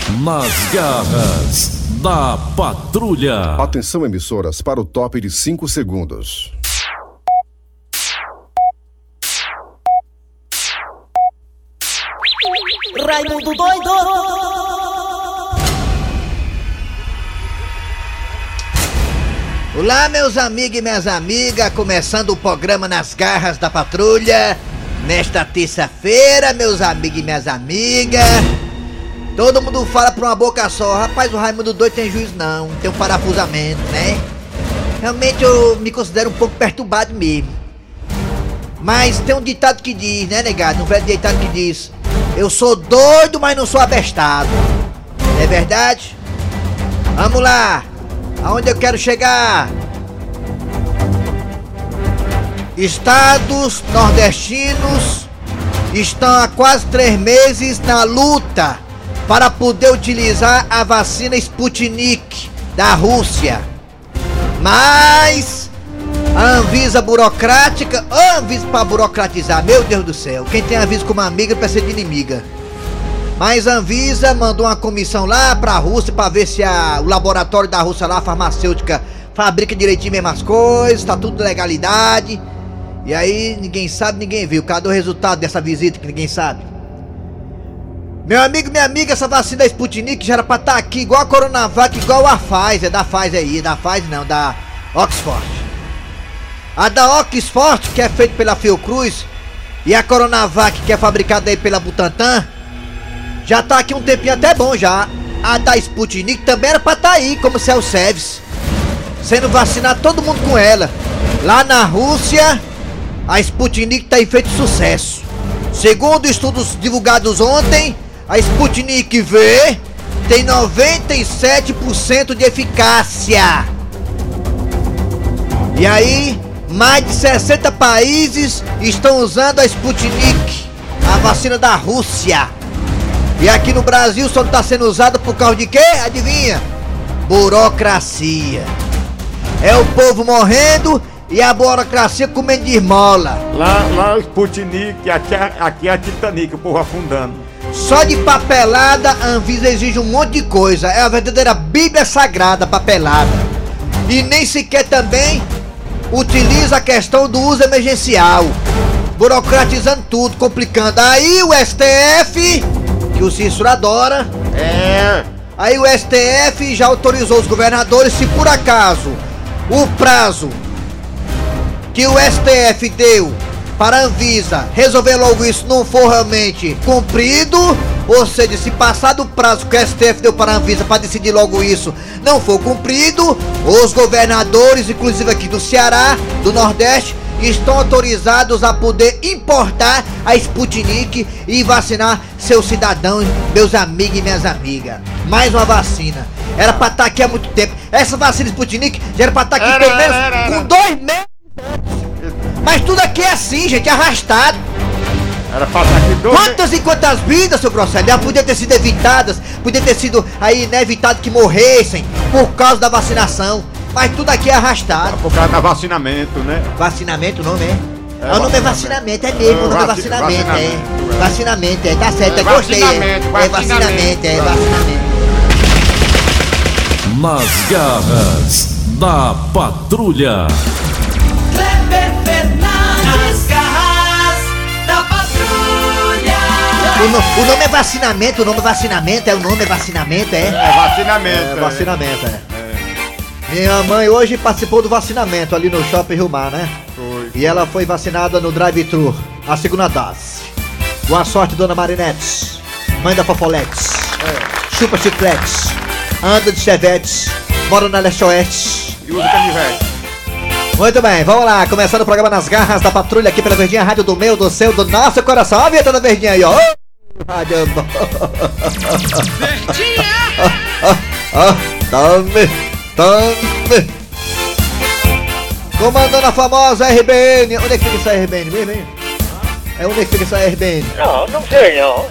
Nas garras da patrulha. Atenção, emissoras, para o top de 5 segundos. Raimundo doido! Olá, meus amigos e minhas amigas, começando o programa Nas Garras da Patrulha. Nesta terça-feira, meus amigos e minhas amigas, todo mundo fala por uma boca só: rapaz, o Raimundo doido tem juízo não, tem um parafusamento, né? Realmente eu me considero um pouco perturbado mesmo. Mas tem um ditado que diz, né, negado? Um velho ditado que diz: eu sou doido, mas não sou abestado. Não é verdade? Vamos lá! Aonde eu quero chegar? Estados nordestinos estão há quase 3 meses na luta para poder utilizar a vacina Sputnik da Rússia. Mas a Anvisa burocrática, Anvisa para burocratizar, meu Deus do céu, quem tem Anvisa como amiga precisa de inimiga. Mas a Anvisa mandou uma comissão lá pra Rússia pra ver se o laboratório da Rússia lá, a farmacêutica, fabrica direitinho mesmo as coisas, tá tudo legalidade. E aí ninguém sabe, ninguém viu. Cadê o resultado dessa visita que ninguém sabe? Meu amigo, minha amiga, essa vacina da Sputnik já era pra estar aqui igual a Coronavac, igual a Pfizer, da Pfizer aí, da Pfizer não, da Oxford. A da Oxford, que é feita pela Fiocruz, e a Coronavac, que é fabricada aí pela Butantan, já tá aqui um tempinho até bom já. A da Sputnik também era pra estar aí, como self-service, sendo vacinado todo mundo com ela. Lá na Rússia, a Sputnik tá em feito sucesso. Segundo estudos divulgados ontem, a Sputnik V tem 97% de eficácia. E aí, mais de 60 países estão usando a Sputnik, a vacina da Rússia. E aqui no Brasil só não está sendo usada por causa de quê? Adivinha? Burocracia. É o povo morrendo e a burocracia comendo de esmola. Lá o Sputnik, aqui é a Titanic, o povo afundando. Só de papelada a Anvisa exige um monte de coisa. É a verdadeira Bíblia Sagrada papelada. E nem sequer também utiliza a questão do uso emergencial, burocratizando tudo, complicando. Aí o STF, que o Cícero adora, aí o STF já autorizou os governadores, se por acaso o prazo que o STF deu para a Anvisa resolver logo isso não for realmente cumprido, ou seja, se passar do prazo que o STF deu para a Anvisa para decidir logo isso não for cumprido, os governadores, inclusive aqui do Ceará, do Nordeste, estão autorizados a poder importar a Sputnik e vacinar seus cidadãos, meus amigos e minhas amigas. Mais uma vacina. Era pra estar aqui há muito tempo. Essa vacina Sputnik já era pra estar aqui pelo menos com 2 meses. Mas tudo aqui é assim, gente, arrastado. Era pra estar aqui 2 meses. Quantas e quantas vidas, seu Grosselho, já podiam ter sido evitadas, podia ter sido aí, né, evitado que morressem por causa da vacinação. Mas tudo aqui é arrastado. Por causa do vacinamento, né? Vacinamento o nome é? O nome é vacinamento, é mesmo, o nome é vacinamento, Vacinamento, tá certo, gostei. É vacinamento. Nas garras da patrulha. Kleber Fernandes, garras da patrulha. O nome é vacinamento, é vacinamento, É vacinamento. Vacinamento. Minha mãe hoje participou do vacinamento ali no Shopping Rio Mar, né? Foi. E ela foi vacinada no drive-thru, a segunda dose. Boa sorte, dona Marinete, mãe da Fofoletes, chupa chicletes, anda de chevetes, mora na Leste Oeste E usa canivete. Muito bem, vamos lá, começando o programa Nas Garras da Patrulha aqui pela Verdinha, rádio do meu, do seu, do nosso coração. Olha a vinheta da Verdinha aí, ó. Rádio Verdinha! Tome! Comandando a famosa RBN. Onde é que fica essa RBN mesmo, hein? Onde é que fica essa RBN? Não sei não.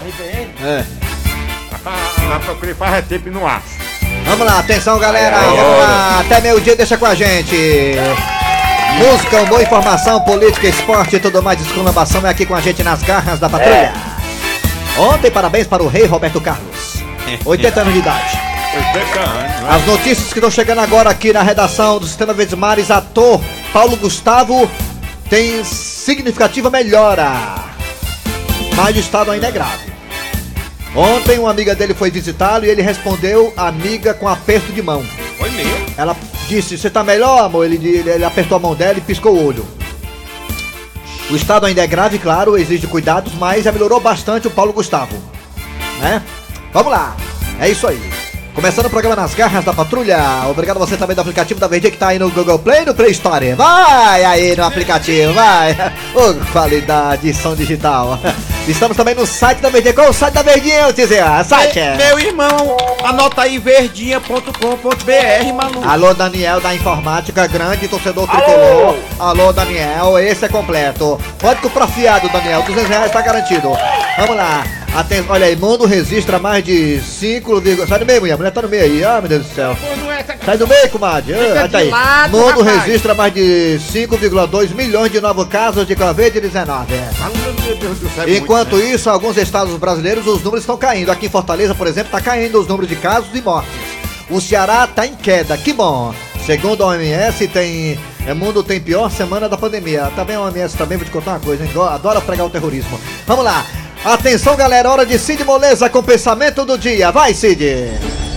Lá pra ele faz tempo no ar. Vamos lá, atenção galera, vamos lá, até meio-dia deixa com a gente. Música, boa informação, política, esporte e tudo mais, exclamação é aqui com a gente nas Garras da Patrulha. Ontem, parabéns para o rei Roberto Carlos. 80 anos de idade. 80 anos, né? As notícias que estão chegando agora aqui na redação do Sistema Verdes Mares, ator Paulo Gustavo tem significativa melhora, mas o estado ainda é grave. Ontem uma amiga dele foi visitá-lo e ele respondeu a amiga com aperto de mão. Foi mesmo? Ela disse, você tá melhor, amor? Ele apertou a mão dela e piscou o olho. O estado ainda é grave, claro, exige cuidados, mas já melhorou bastante o Paulo Gustavo, né? Vamos lá, é isso aí. Começando o programa Nas Garras da Patrulha. Obrigado a você também do aplicativo da Verdinha que tá aí no Google Play e no Play Store. Vai aí no aplicativo, vai. Ô, qualidade, som digital. Estamos também no site da Verdinha. Qual é o site da Verdinha, Tizia? Site é... Meu irmão, anota aí verdinha.com.br, maluco. Alô, Daniel da Informática, grande torcedor tricolor. Alô, Daniel, esse é completo. Pode comprar fiado, Daniel, R$200 tá garantido. Vamos lá. Olha aí, Mundo registra mais de 5, sai do meio, mulher. Mulher tá no meio aí, ah, meu Deus do céu. Sai do meio, comadre. Tá aí. Mundo registra mais de 5,2 milhões de novos casos de Covid-19. Enquanto isso, alguns estados brasileiros, os números estão caindo. Aqui em Fortaleza, por exemplo, tá caindo os números de casos e mortes. O Ceará tá em queda, que bom. Segundo a OMS, mundo tem pior semana da pandemia. Também a OMS também, vou te contar uma coisa, hein? Adora pregar o terrorismo. Vamos lá. Atenção, galera, hora de Cid Moleza com o pensamento do dia. Vai, Cid!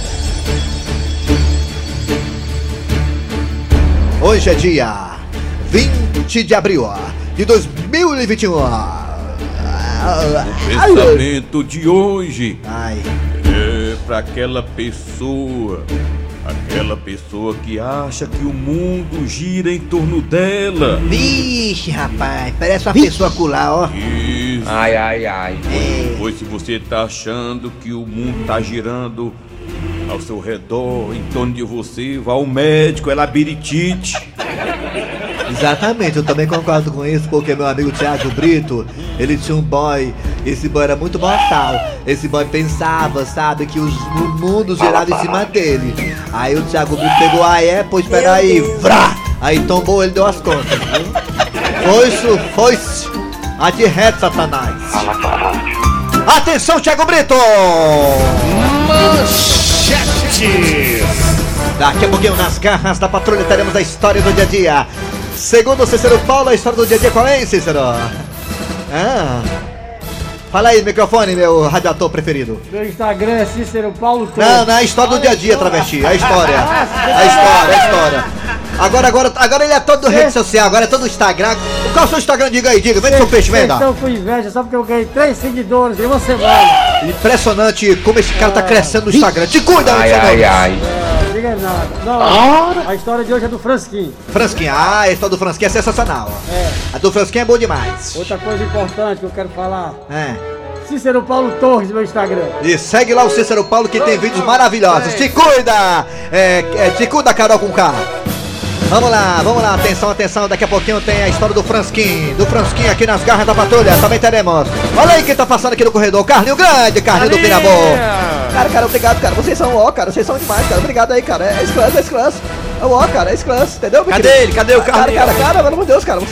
Hoje é dia 20 de abril de 2021. O pensamento de hoje é pra aquela pessoa que acha que o mundo gira em torno dela. Vixe, rapaz, parece uma pessoa colar, ó. Isso. Ai. Pois se você tá achando que o mundo tá girando ao seu redor, em torno de você, vá ao médico, é labirintite. Exatamente, eu também concordo com isso, porque meu amigo Thiago Brito, ele tinha um boy, esse boy era muito mortal, esse boy pensava, sabe, que o mundo girava em cima dele. Aí o Thiago Brito pegou, pois peraí, vrá! Aí tombou, ele deu as contas, viu? Foi-se, a de reto, Satanás. Atenção, Thiago Brito! Manchete. Daqui a pouquinho, nas garras da patrulha, teremos a história do dia a dia. Segundo o Cícero Paulo, a história do dia a dia qual é, hein, Cícero? Fala aí no microfone, meu radiator preferido. Meu Instagram é Cícero Paulo Torres. Não, é a história do dia a dia, travesti. A história. A história. Agora ele é todo rede social, agora é todo Instagram. Qual é o seu Instagram? Diga aí, vem seu peixe, venda. Então com inveja, só porque eu ganhei 3 seguidores em uma semana. Impressionante como esse cara tá crescendo no Instagram. Te cuida, Ai. Não diga nada. Não, a história de hoje é do Fransquinho. Fransquinho, a história do Fransquinho é sensacional. A do Fransquinho é boa demais. Outra coisa importante que eu quero falar. Cícero Paulo Torres, meu Instagram. E segue lá o Cícero Paulo que tem vídeos maravilhosos. Te cuida! Te cuida, Carol com K. Vamos lá, atenção, daqui a pouquinho tem a história do Fransquinho aqui nas garras da patrulha, também teremos. Olha aí quem tá passando aqui no corredor, Carlinho Grande, Carlinho do Pinabô. Cara, obrigado, cara, vocês são vocês são demais, cara, obrigado aí, cara, é Sclans, cara, é Sclans, entendeu? Cadê o Carlinho? Cara, pelo amor de Deus, cara, você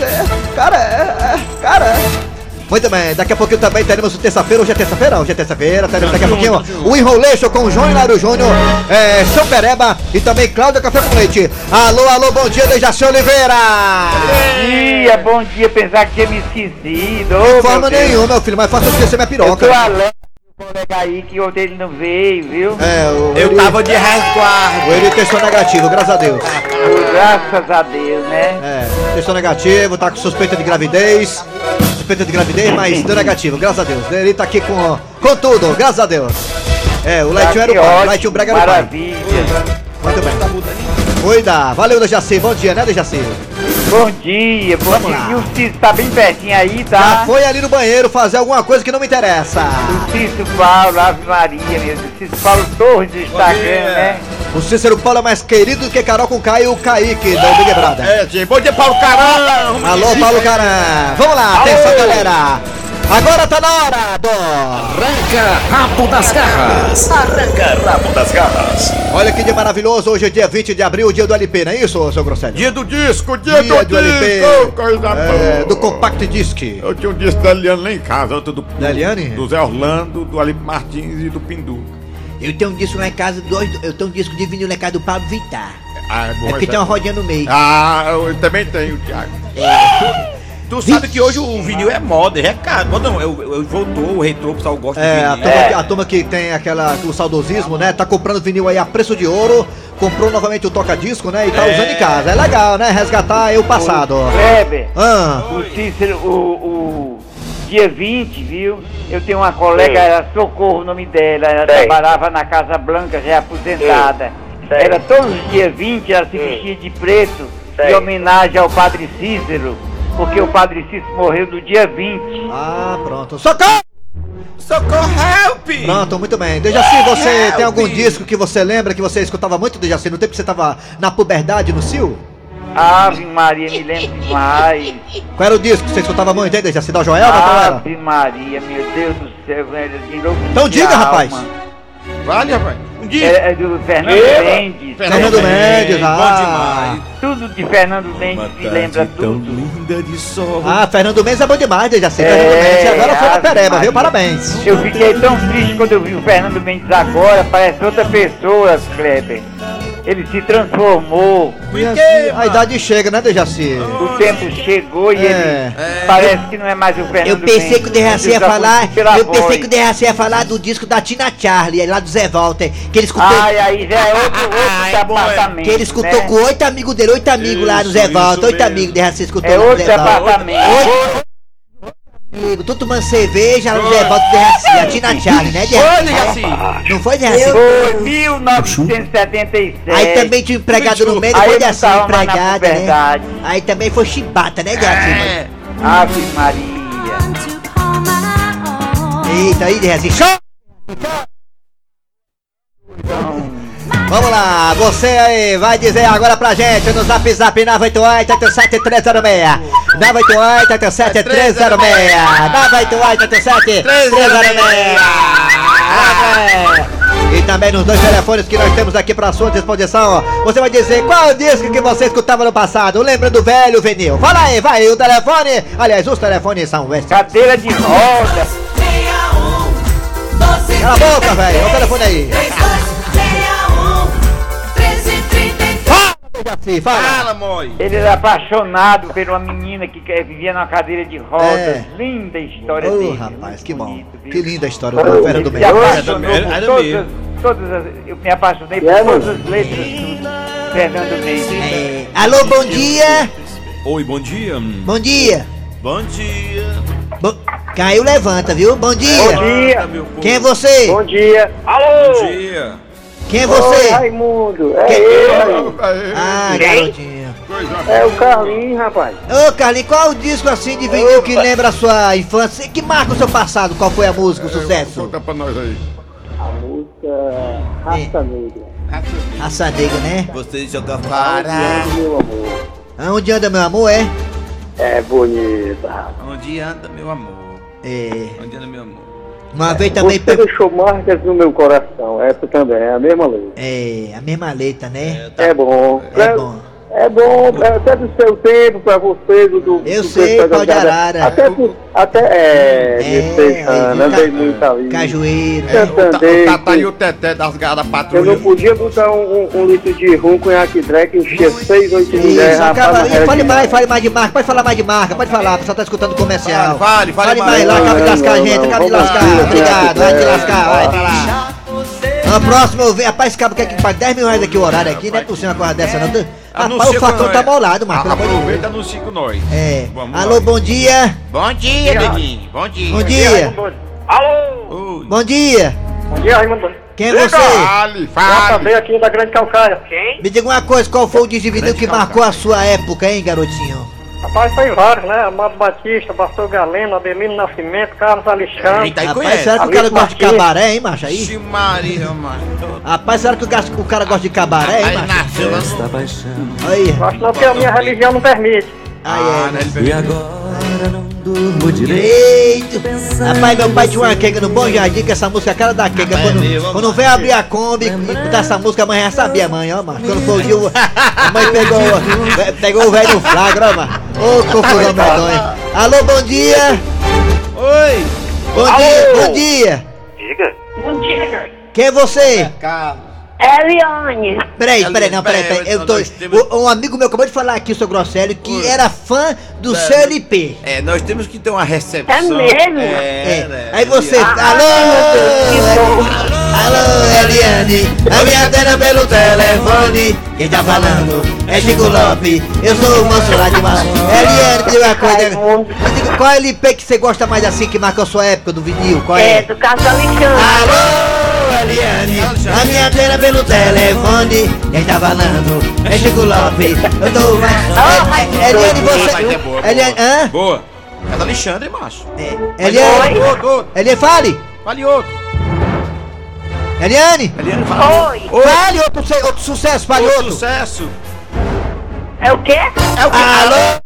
cara. Muito bem, daqui a pouquinho também teremos terça-feira, hoje é terça-feira, teremos daqui a pouquinho o Enrolation com o João Hilário Júnior, São Pereba e também Cláudia Café com Leite. Alô, bom dia, Dejaci Oliveira! Bom dia, pensar que tinha me esquecido. De forma nenhuma, meu filho, mas faça esquecer minha piroca. Eu tô alegre com o colega aí que ontem ele não veio, viu? Eu tava de resguardo. Ele testou negativo, graças a Deus. Graças a Deus, né? Testou negativo, tá com suspeita de gravidez, mas deu negativo, graças a Deus. Ele tá aqui com tudo, graças a Deus. O Leitinho era o pai, o Leitinho Brega era o pai. Maravilha. Muito bem. Cuida, valeu, Dejaci, bom dia, né, Dejaci? Bom dia. E o Cícero tá bem pertinho aí, tá? Já foi ali no banheiro fazer alguma coisa que não me interessa. O Cícero Paulo, Ave Maria, meu Deus. Cícero Paulo Torres do Instagram, né? O Cícero Paulo é mais querido do que Carol com K e o Kaique da Big Brother. Bom dia, Paulo Caram. Alô, Paulo Caram. Vamos lá, atenção, galera. Agora tá na hora do Arranca Rabo das Garras. Olha que dia maravilhoso, hoje é dia 20 de abril, dia do LP, não é isso, seu Grosselho? Dia do disco, Dia do LP, coisa boa. do Compact Disc. Eu tinha um disco da Eliane lá em casa, outro Da Eliane? do Zé Orlando, do Alipe Martins e do Pindu. Eu tenho um disco lá em casa, eu tenho um disco de vinil lá em casa do Pablo Vittar. Ah, é bom. É porque tem uma rodinha no meio. Ah, eu também tenho, Thiago. Tu sabe que hoje o vinil é moda, é caro. Não, eu voltou, o retrô, o pessoal gosta de vinil. A turma que tem o saudosismo, né? Tá comprando vinil aí a preço de ouro. Comprou novamente o toca-disco, né? E tá usando em casa. É legal, né? Resgatar aí o passado. Kleber, o Cícero, o dia 20, viu? Eu tenho uma colega, era Socorro o nome dela. Ela trabalhava na Casa Blanca, já é aposentada. Era todos os dias 20, ela se vestia de preto, em homenagem ao Padre Cícero. Porque o Padre Cícero morreu no dia 20. Ah, pronto. Socorro! Socorro, help! Pronto, muito bem. Dejaci, você tem algum disco que você lembra que você escutava muito, Dejaci, no tempo que você tava na puberdade, no Sil? Ave Maria, me lembro demais. Qual era o disco que você escutava muito, hein, Dejaci? Da Joelma, qual era? Ave Maria, meu Deus do céu, velho. De novo. Então diga, rapaz. Vale, rapaz. É do Fernando Mendes. Fernando Mendes, bom demais. Tudo de Fernando Mendes me lembra tão tudo. linda de sol. Ah, Fernando Mendes é bom demais, Dejaci. Fernando Mendes agora foi na pereba, viu? Parabéns. Eu fiquei tão triste quando eu vi o Fernando Mendes agora, parece outra pessoa, Kleber. Ele se transformou. A idade chega, né, Dejaci? O tempo chegou e ele parece que não é mais o Fernando Eu pensei Mendes. que o Dejaci ia falar. Eu pensei que o Dejaci ia falar do disco da Tina Charlie, lá do Zé Walter. Que ele escutou. Aí já é outro departamento. Que ele escutou com 8 amigos dele, 8 amigos lá no Zé Walter. 8 amigos, Dejaci escutou É lá no outro Zé Walter. departamento. Amigo, tudo tomando cerveja lá no Zé Walter, Dejaci. A Tina Charlie, né, Dejaci? Não foi, Dejaci? Foi 1977. Aí também tinha um empregado no meio, Aí foi eu não assim, tava mais na empregado, né? puberdade. Aí também foi chibata, né, Dejaci? Ave Maria. Eita, aí, Dejaci. Show! Vamos lá, você aí vai dizer agora pra gente no Zap Zap 988-87306 988-87306 988-87306 E também nos dois telefones que nós temos aqui pra sua disposição, você vai dizer qual disco que você escutava no passado. Lembra do velho vinil? Fala aí, vai, o telefone. Aliás, os telefones são esses. Cadeira de roda. Cala a boca, velho, olha o telefone aí. Fala, mãe. Ele era apaixonado por uma menina que vivia numa cadeira de rodas. Linda história dele. Rapaz, que bom. Bonito, viu? Que linda a história do Fernando Se Mendes. apaixonou por eu me apaixonei por todas as letras do Fernando Mendes. Alô, bom dia. Oi, bom dia. Bom dia. Bom dia. Caiu, levanta, viu? Bom dia. Bom dia. Quem é você? Bom dia. Alô. Bom dia. Quem é você? Raimundo. Ah, garotinho. É o Carlinhos, rapaz. Ô, Carlinhos, qual o disco assim de vinil que lembra a sua infância? Que marca o seu passado? Qual foi a música, o sucesso? Conta pra nós aí. A música Raça Negra. Raça Negra, né? Você joga fora. Meu amor. Aonde anda, meu amor, é? É bonita. Onde anda, meu amor? É. Onde anda, meu amor? Uma vez também Você deixou marcas no meu coração. Essa também, é a mesma letra. É, a mesma letra, né? É bom. É bom. É bom, até do seu tempo, pra você, Eu sei, pau de arara. Até andei muito ali. Cajueiro. O Tata e o Teté das garras da Eu patrulha. não podia botar um litro de rum com Yakidrek, encher 6, 8 mulheres, Isso, rapaz. acaba. Fale mais de marca, pode falar mais de marca, pode falar, o pessoal tá escutando o comercial. Fale mais lá, acaba de lascar a gente, acaba de lascar. Obrigado, vai te lascar, vai pra lá. Na próxima eu vejo, rapaz, esse cabo quer que pague 10 mil reais aqui o horário aqui, não é possível uma coisa dessa não. Rapaz, o facão tá molado, mas pelo amor de Deus. Aproveita, anuncia com nós. É. Vamos Alô, lá. bom dia. Bom dia, Neguinho. Bom dia. Bom dia. Alô! Oi. Bom dia. Bom dia, Raimundo. Quem é você? Fale, fale. Veio aqui da Grande Calcaia. Quem? Me diga uma coisa, qual foi o disco de vinil que marcou a sua época, hein, garotinho? Rapaz, foi vários, né? Amado Batista, Pastor Galeno, Adelino Nascimento, Carlos Alexandre. Eita, aí Rapaz, conhece. será que o cara gosta de cabaré, hein, macho, aí? Ixi, Maria, mano. Rapaz, será que o cara gosta de cabaré, hein, Aí macho? nasceu lá no... Aí. Acho não que a minha religião não permite. Aí é. E agora? Durmo direito. Rapaz, meu pai tinha uma quenga no Bom Jardim, que essa música é a cara da quenga. Quando veio abrir a Kombi e botar essa música, a mãe já sabia, mãe, ó, mano. Quando foi o dia, a mãe pegou o velho no flagra, ó, mano. Ô, confusão medonha. Alô, bom dia. Oi. Bom dia, bom dia. Diga. Bom dia. Quem é você? Eliane. Peraí. Um amigo meu acabou de falar aqui, seu Grosselio, que era fã do seu LP. Nós temos que ter uma recepção. É mesmo? Aí você. Alô, Eliane. A minha antena pelo telefone. Quem tá falando é Chico Lopes. Eu sou o moço lá de Mar. Eliane, me diga uma coisa. Qual é o LP que você gosta mais assim, que marcou a sua época do vinil? Qual é? Do Carlos Alexandre. Alô, Eliane. A minha antena pelo telefone. Quem tá falando é Chico Lopes. Eu tô mais. Eliane, você. Eliane, hã? Boa. É do Alexandre, macho. Eliane. Eliane, fale. Fale outro. Eliane. Fala. Oi. Fale outro sucesso, fale outro. Sucesso. É o quê? Alô.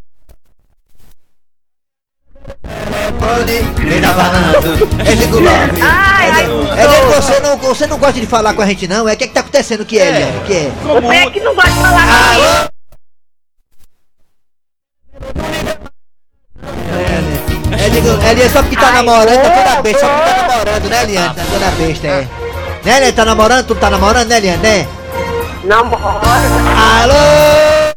Quem tá falando é Chico Lopes. Eliane, você não gosta de falar com a gente não? O que tá acontecendo? O que é, Eliane? O que é? Você é que não gosta de falar comigo. Eliane, só porque tá namorando, tá toda besta, só porque tá namorando, né, Eliane? Tá toda besta, é. Né, Eliane, tá namorando? Tu tá namorando, né, Eliane, né? Namoro. Alô!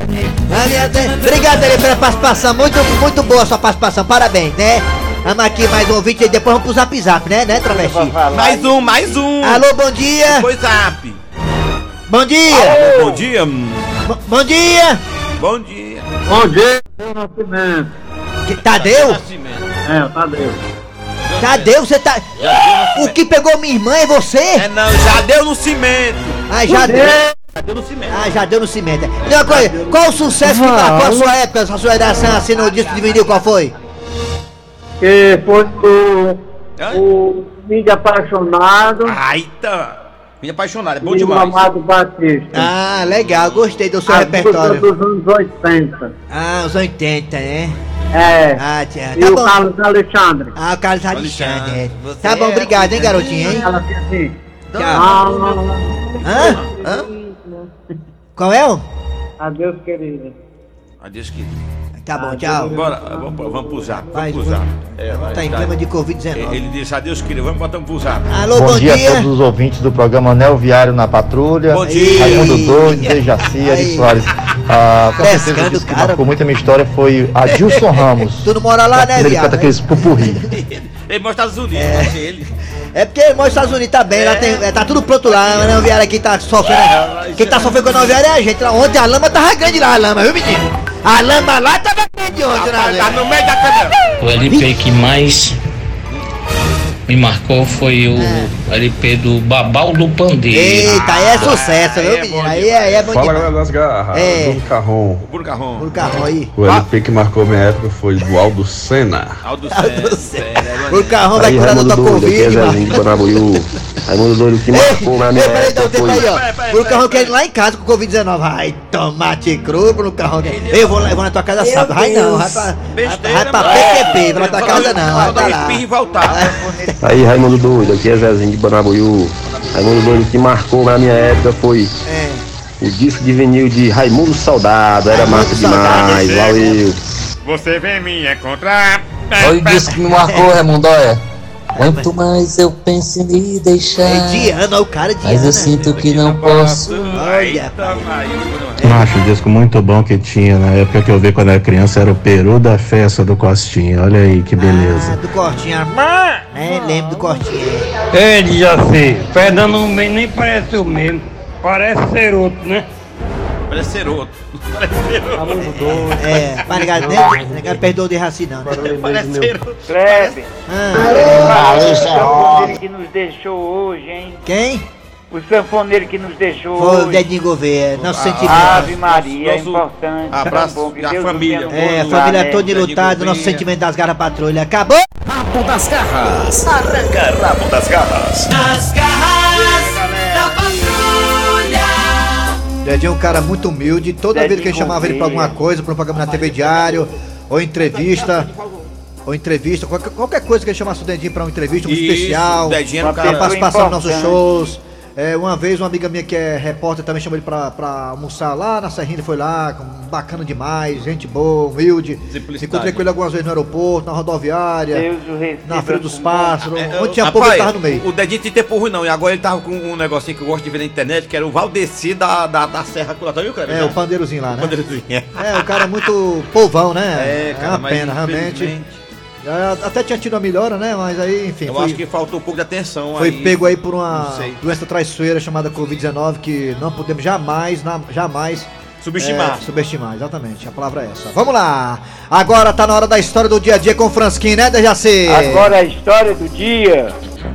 Obrigado, Eliane, pela participação, muito boa a sua participação, parabéns, né? Vamos aqui mais um ouvinte e depois vamos pro Zap, né, travesti? Mais um. Alô, bom dia! Depois Zap. Bom dia! Alô. Bom dia. Bom dia! Bom dia. Bom dia, seu Nascimento. Tadeu? Tadeu. Tadeu, você tá... O que pegou minha irmã é você? Não, já deu no cimento. Já deu. Já deu no cimento. Já deu no cimento. E uma coisa, qual o sucesso que marcou a sua época, a sua geração assim no disco de vinil, qual foi? Que foi o Mídia Apaixonado. Eita. Me apaixonado, é bom e demais. o Amado Batista. Legal, gostei do seu a repertório. Dos anos 80. Os 80, né? E tá o bom. Carlos Alexandre. O Carlos Alexandre. Tá bom, obrigado, hein, garotinho, hein? Ela fica assim. Tchau. Hã? Qual é o? Adeus, querida. Adeus, querido. Tá bom, tchau. Bora, vamos pro Zap. Tá em clima de Covid-19. Ele disse adeus, querido. Vamos botar pro Zap. Alô, bom dia a todos os ouvintes do programa Anel Viário na Patrulha. Bom dia. Raimundo Doido, Dejaci, Ari Soares. Com certeza, o que marcou muito a minha história foi Adilson Ramos. Tu não mora lá, né, Ele viado? canta aqueles pupurri. Ele mostra os Estados Unidos, ele. É porque os Estados Unidos tá bem, lá tem, tá tudo pronto lá, mas não vieram aqui tá sofrendo. Quem tá sofrendo com a Noviária é a gente. Ontem a lama tava grande lá, a lama, viu, menino? A lama lá tava grande ontem, né? Tá no meio da câmera. O LP que mais me marcou foi o LP do Babau do Pandeiro. Eita, aí é sucesso, viu, menino? Aí é bom Fala, demais. galera das garras. Bruno Carron. Bruno Carron. Bruno Carron aí. O LP que marcou minha época foi do Aldo Senna. Aldo Bruno Carron vai curar da tua Covid, mano. Raimundo Doido que marcou na minha Peraí, dá um época tempo aí, foi... ó. Bruno Carron quer ir lá em casa com o Covid-19. Ai, tomate cru, Bruno Carron. Eu vou na tua casa sábado. Vai não, vai pra PQP, vai na tua casa não, vai pra lá. E voltar. Aí, Raimundo Doido, aqui é Zezinho de Banabuiú. Raimundo Doido que marcou na minha época foi o disco de vinil de Raimundo Soldado. Era massa demais, valeu. Você vem me encontrar. Olha o disco que me marcou, Raimundo, olha. Quanto mais eu penso em me deixar, É Diana, o cara de mas eu sinto que não posso. Olha, Macho, um disco muito bom que tinha na época que eu vi quando era criança era o Peru da Festa do Costinha. Olha aí que beleza. do Cortinha. Lembro do Cortinha. Ele já sei. Fernando nem parece o mesmo. Parece ser outro, né? Parece ser outro. Mas negado perdoa de racismo, não. Parece ser outro. Kleber. O sanfoneiro que nos deixou hoje, hein? Quem? O sanfoneiro que nos deixou Foi o hoje. Dedinho Gouveia, nosso sentimento. Ave Maria, é importante. Abraço Tão bom que à Deus família. nos tenha no A bom lugar, família né? toda enlutada, nosso sentimento das garras patrulha. Acabou? Rabo das garras. Arranca rabo das garras. Nas garras da patrulha. Dedinho é um cara muito humilde. Toda Dedinho vez que a gente chamava ele pra alguma coisa, pra um programa na TV Diário, ou entrevista, qualquer coisa que ele chamasse o Dedinho pra uma entrevista, um Isso, especial, o Dedinho era um pra cara participação nos nossos importante. shows. Uma vez uma amiga minha que é repórter também chamou ele pra almoçar lá na Serrinha, ele foi lá, bacana demais, gente boa, humilde. Encontrei com ele algumas vezes no aeroporto, na rodoviária, na Feira dos Pássaros, onde tinha povo ele tava no meio. O dedinho tinha tempo ruim não, e agora ele tava com um negocinho que eu gosto de ver na internet, que era o Valdeci da Serra Culata, viu, cara? O pandeirozinho lá, né? O pandeirozinho. O cara é muito povão, né? Cara, uma pena, realmente. Até tinha tido a melhora, né? Mas aí, enfim. Eu acho que faltou um pouco de atenção. Foi pego aí por uma doença traiçoeira chamada Covid-19 que não podemos jamais subestimar, exatamente. A palavra é essa. Vamos lá. Agora tá na hora da história do dia a dia com o Fransquinho, né, Dejaci? Agora a história do dia.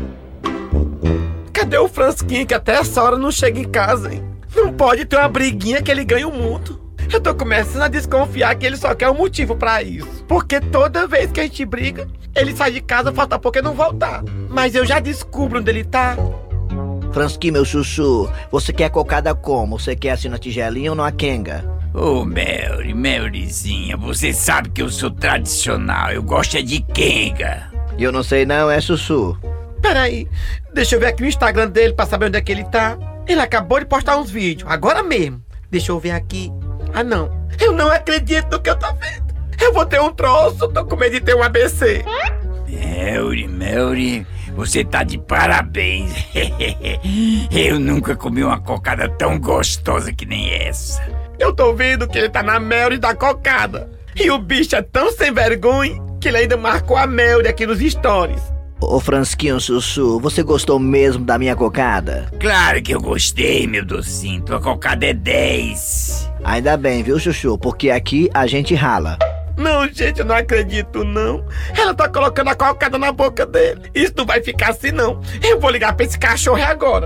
Cadê o Fransquinho que até essa hora não chega em casa, hein? Não pode ter uma briguinha que ele ganha o mundo. Eu tô começando a desconfiar que ele só quer um motivo pra isso. Porque toda vez que a gente briga, ele sai de casa, falta pouco e não voltar. Mas eu já descubro onde ele tá. Fransquinho, meu chuchu, você quer cocada como? Você quer assim na tigelinha ou na quenga? Ô, Melrizinha, você sabe que eu sou tradicional, eu gosto é de quenga. Eu não sei não, é chuchu. Peraí, deixa eu ver aqui o Instagram dele pra saber onde é que ele tá. Ele acabou de postar uns vídeos, agora mesmo. Deixa eu ver aqui. Ah, não. Eu não acredito no que eu tô vendo. Eu vou ter um troço, tô com medo de ter um ABC. Melri, você tá de parabéns. Eu nunca comi uma cocada tão gostosa que nem essa. Eu tô vendo que ele tá na Melri da cocada. E o bicho é tão sem vergonha que ele ainda marcou a Melri aqui nos stories. Ô Fransquinho, Sussu, você gostou mesmo da minha cocada? Claro que eu gostei, meu docinho. Tua cocada é 10. Ainda bem, viu, Chuchu? Porque aqui a gente rala. Não, gente, eu não acredito, não. Ela tá colocando a cocada na boca dele. Isso não vai ficar assim, não. Eu vou ligar pra esse cachorro agora.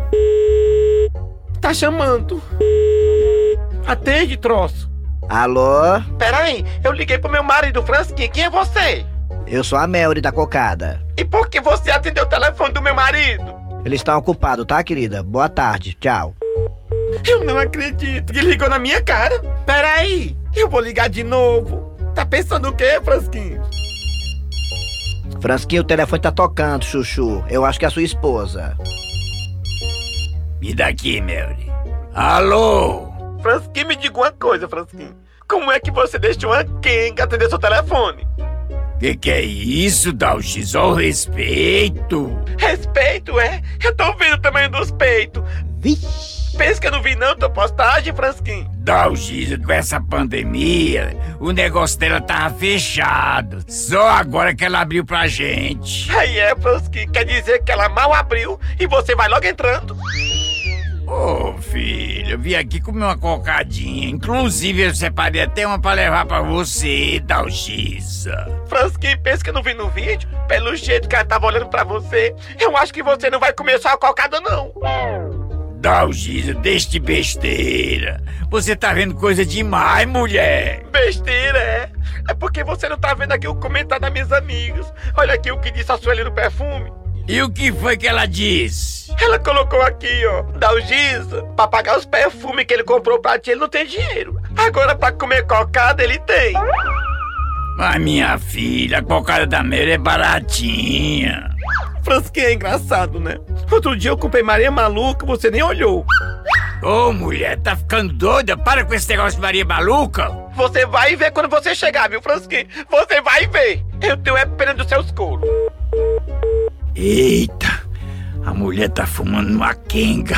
Tá chamando. Atende, troço. Alô? Peraí, eu liguei pro meu marido, Fransquinho. Quem é você? Eu sou a Melri da cocada. E por que você atendeu o telefone do meu marido? Ele está ocupado, tá, querida? Boa tarde, tchau. Eu não acredito que ligou na minha cara. Peraí, eu vou ligar de novo. Tá pensando o quê, Fransquinho? Fransquinho, o telefone tá tocando, Chuchu. Eu acho que é a sua esposa. Me dá aqui, Melri. Alô? Fransquinho, me diga uma coisa, Fransquinho. Como é que você deixou uma quenga atender seu telefone? Que é isso, Dalgis? Ó, respeito. Respeito, é? Eu tô vendo o tamanho dos peitos. Vixe. Pensa que eu não vi não tua postagem, Fransquinho? Dalgis, com essa pandemia, o negócio dela tava fechado. Só agora que ela abriu pra gente. Aí Fransquinho, quer dizer que ela mal abriu e você vai logo entrando? Ô, filho, eu vim aqui comer uma cocadinha. Inclusive, eu separei até uma pra levar pra você, Dalgisa. Fransquinho, pensa que eu não vi no vídeo? Pelo jeito que ela tava olhando pra você, eu acho que você não vai comer só a cocada, não. Dalgisa, deixa de besteira. Você tá vendo coisa demais, mulher. Besteira, é? É porque você não tá vendo aqui o comentário das minhas amigas. Olha aqui o que disse a Sueli no perfume. E o que foi que ela disse? Ela colocou aqui, ó, Dalgisa, pra pagar os perfumes que ele comprou pra ti, ele não tem dinheiro. Agora pra comer cocada, ele tem. Mas minha filha, a cocada da Melri é baratinha. Fransquinho é engraçado, né? Outro dia eu comprei Maria Maluca, você nem olhou. Ô, mulher, tá ficando doida? Para com esse negócio de Maria Maluca. Você vai ver quando você chegar, viu, Fransquinho? Você vai ver. Eu tenho pena dos seus coros. Eita, a mulher tá fumando uma quenga.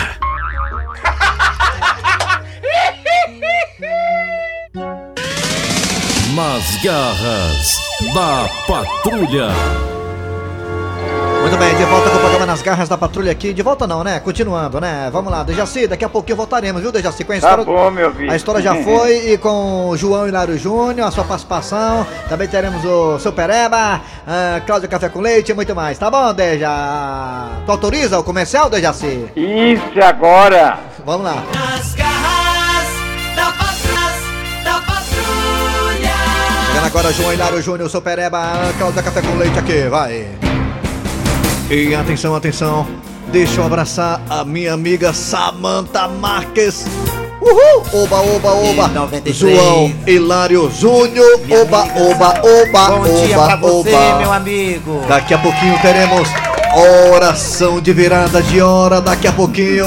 Nas garras da patrulha. Muito bem, de volta com o programa Nas Garras da Patrulha aqui. De volta não, né? Continuando, né? Vamos lá, Dejaci, daqui a pouquinho voltaremos, viu, Dejaci? Com a história... Tá bom, meu filho. A história já foi, e com o João Hilário Júnior, a sua participação. Também teremos o seu Pereba, Cláudio Café com Leite e muito mais. Tá bom, Deja? Tu autoriza o comercial, Dejaci? Isso, agora. Vamos lá. Nas Garras da Patrulha. Chegando agora, João Hilário Júnior, o seu Pereba, Cláudio Café com Leite aqui, vai. E atenção, atenção, deixa eu abraçar a minha amiga Samantha Marques. Uhul! Oba, oba, oba! 93. João Hilário Júnior. Oba, oba, oba, Bom oba, dia pra você, oba. meu amigo. Daqui a pouquinho teremos Oração de virada de hora daqui a pouquinho.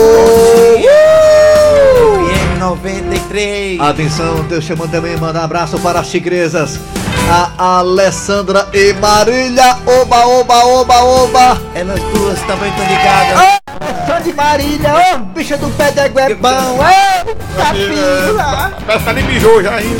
FM 93. Atenção, Deus chamando também, mandar um abraço para as tigresas, a Alessandra e Marília. Oba, oba, oba, oba. Elas duas também estão ligadas. Alessandra e Marília, bicha do pé de guebão. Parece que mijou já ainda.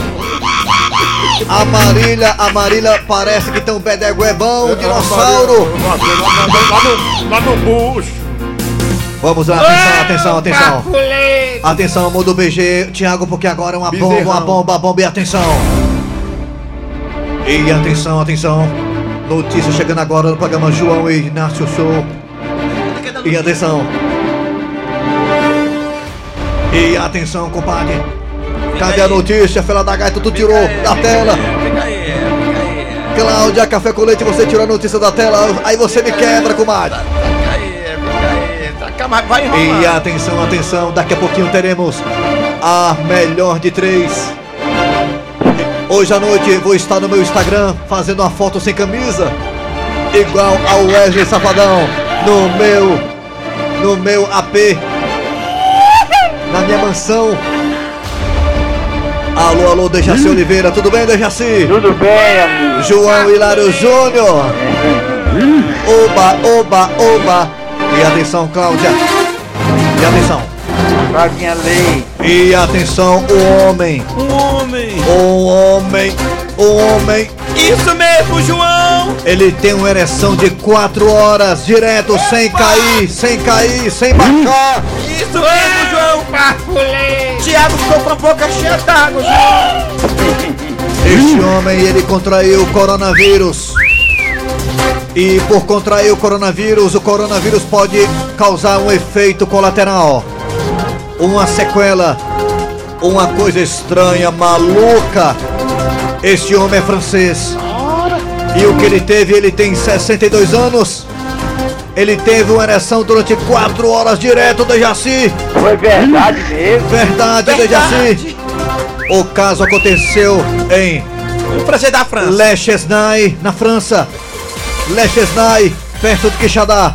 A Marília parece que tem um pé de guebão, dinossauro. Lá no bucho. Vamos lá, atenção. Atenção, muda o BG, Thiago, porque agora é uma bomba, e atenção. E atenção. Notícia chegando agora no programa João e Inácio Show. E atenção, compadre. Cadê a notícia, fela da gaita? Tu tirou da tela. Fica aí. Cláudia, Café com Leite, você tirou a notícia da tela. Aí você me quebra, comadre. Fica aí. Vai enrolar. E atenção, daqui a pouquinho teremos a melhor de 3. Hoje à noite vou estar no meu Instagram fazendo uma foto sem camisa, igual ao Wesley Safadão, no meu AP, na minha mansão. Alô, Dejaci Oliveira, tudo bem, Dejaci? Tudo bem, amigo. João Hilário Júnior. Oba. E atenção, Cláudia. E atenção. Claudinha Lei. E atenção, o homem. Isso mesmo, João. Ele tem uma ereção de 4 horas direto, sem cair, sem baixar. Isso mesmo, João. Thiago ficou com a boca cheia d'água, João. Este homem, ele contraiu o coronavírus. E por contrair o coronavírus pode causar um efeito colateral, uma sequela, uma coisa estranha, maluca. Este homem é francês. E o que ele tem 62 anos. Ele teve uma ereção durante 4 horas direto, Dejaci. Foi verdade mesmo? Verdade, Dejaci. O caso aconteceu em da França. Le Chesnay, na França. Le Chesnay, perto de Quixadá.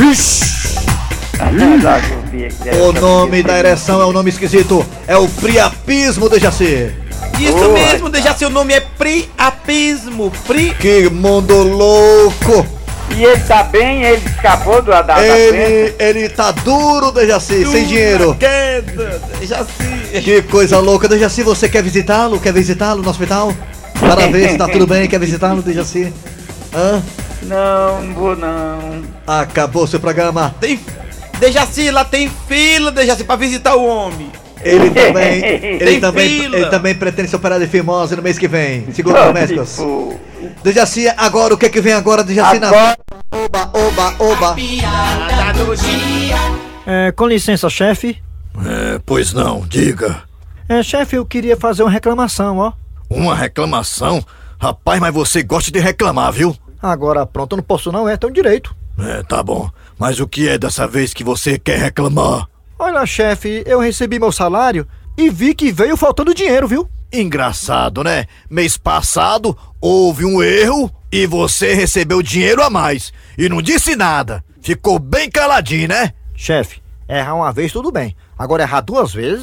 O nome da ereção é um nome esquisito. É o priapismo, Dejaci. Isso mesmo, Dejaci, o nome é priapismo. Que mundo louco. E ele tá bem? Ele escapou da Ele tá duro, Dejaci, sem dinheiro. Dejaci. Que coisa louca, Dejaci, você quer visitá-lo? Quer visitá-lo no hospital? Para ver se tá tudo bem, quer visitá-lo, Dejaci? Não vou não. Acabou seu programa. Dejaci, lá tem fila, Dejaci, pra visitar o homem. Ele também pretende se operar de fimose no mês que vem, segundo os médicos. Dejaci, agora o que vem agora, Dejaci? Oba. Piada do dia. Com licença, chefe. Pois não, diga. Chefe, eu queria fazer uma reclamação, ó. Uma reclamação? Rapaz, mas você gosta de reclamar, viu? Agora pronto, eu não posso não, tem um direito. Tá bom. Mas o que é dessa vez que você quer reclamar? Olha, chefe, eu recebi meu salário e vi que veio faltando dinheiro, viu? Engraçado, né? Mês passado houve um erro e você recebeu dinheiro a mais e não disse nada. Ficou bem caladinho, né? Chefe, errar uma vez tudo bem. Agora errar 2 vezes?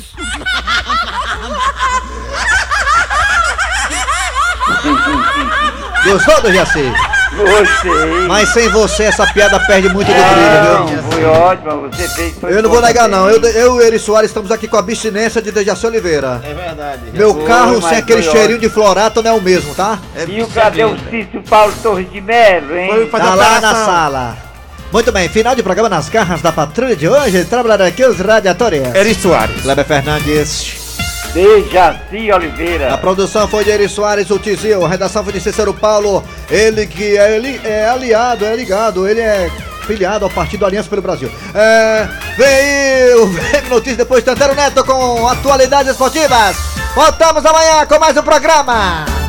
Gostou, Dejaci? Gostei. Mas sem você essa piada perde muito do brilho, viu? Foi ótimo, você fez. Eu não vou negar não, eu e Eri Soares estamos aqui com a abstinência de Dejaci Oliveira. É verdade. Meu carro sem aquele cheirinho de florato não é o mesmo, tá? E o cadê o Cício Paulo Torres de Melo, hein? Tá lá na sala. Muito bem, final de programa nas garras da patrulha de hoje. Trabalhando aqui os radiadores. Eri Soares. Kleber Fernandes. Dejaci Oliveira. A produção foi de Eri Soares, o Tizil. A redação foi de Cícero Paulo. Ele que é aliado, é ligado, ele é filiado ao Partido Aliança pelo Brasil. Veio o VM Notícias, depois Tantero Neto com atualidades esportivas. Voltamos amanhã com mais um programa.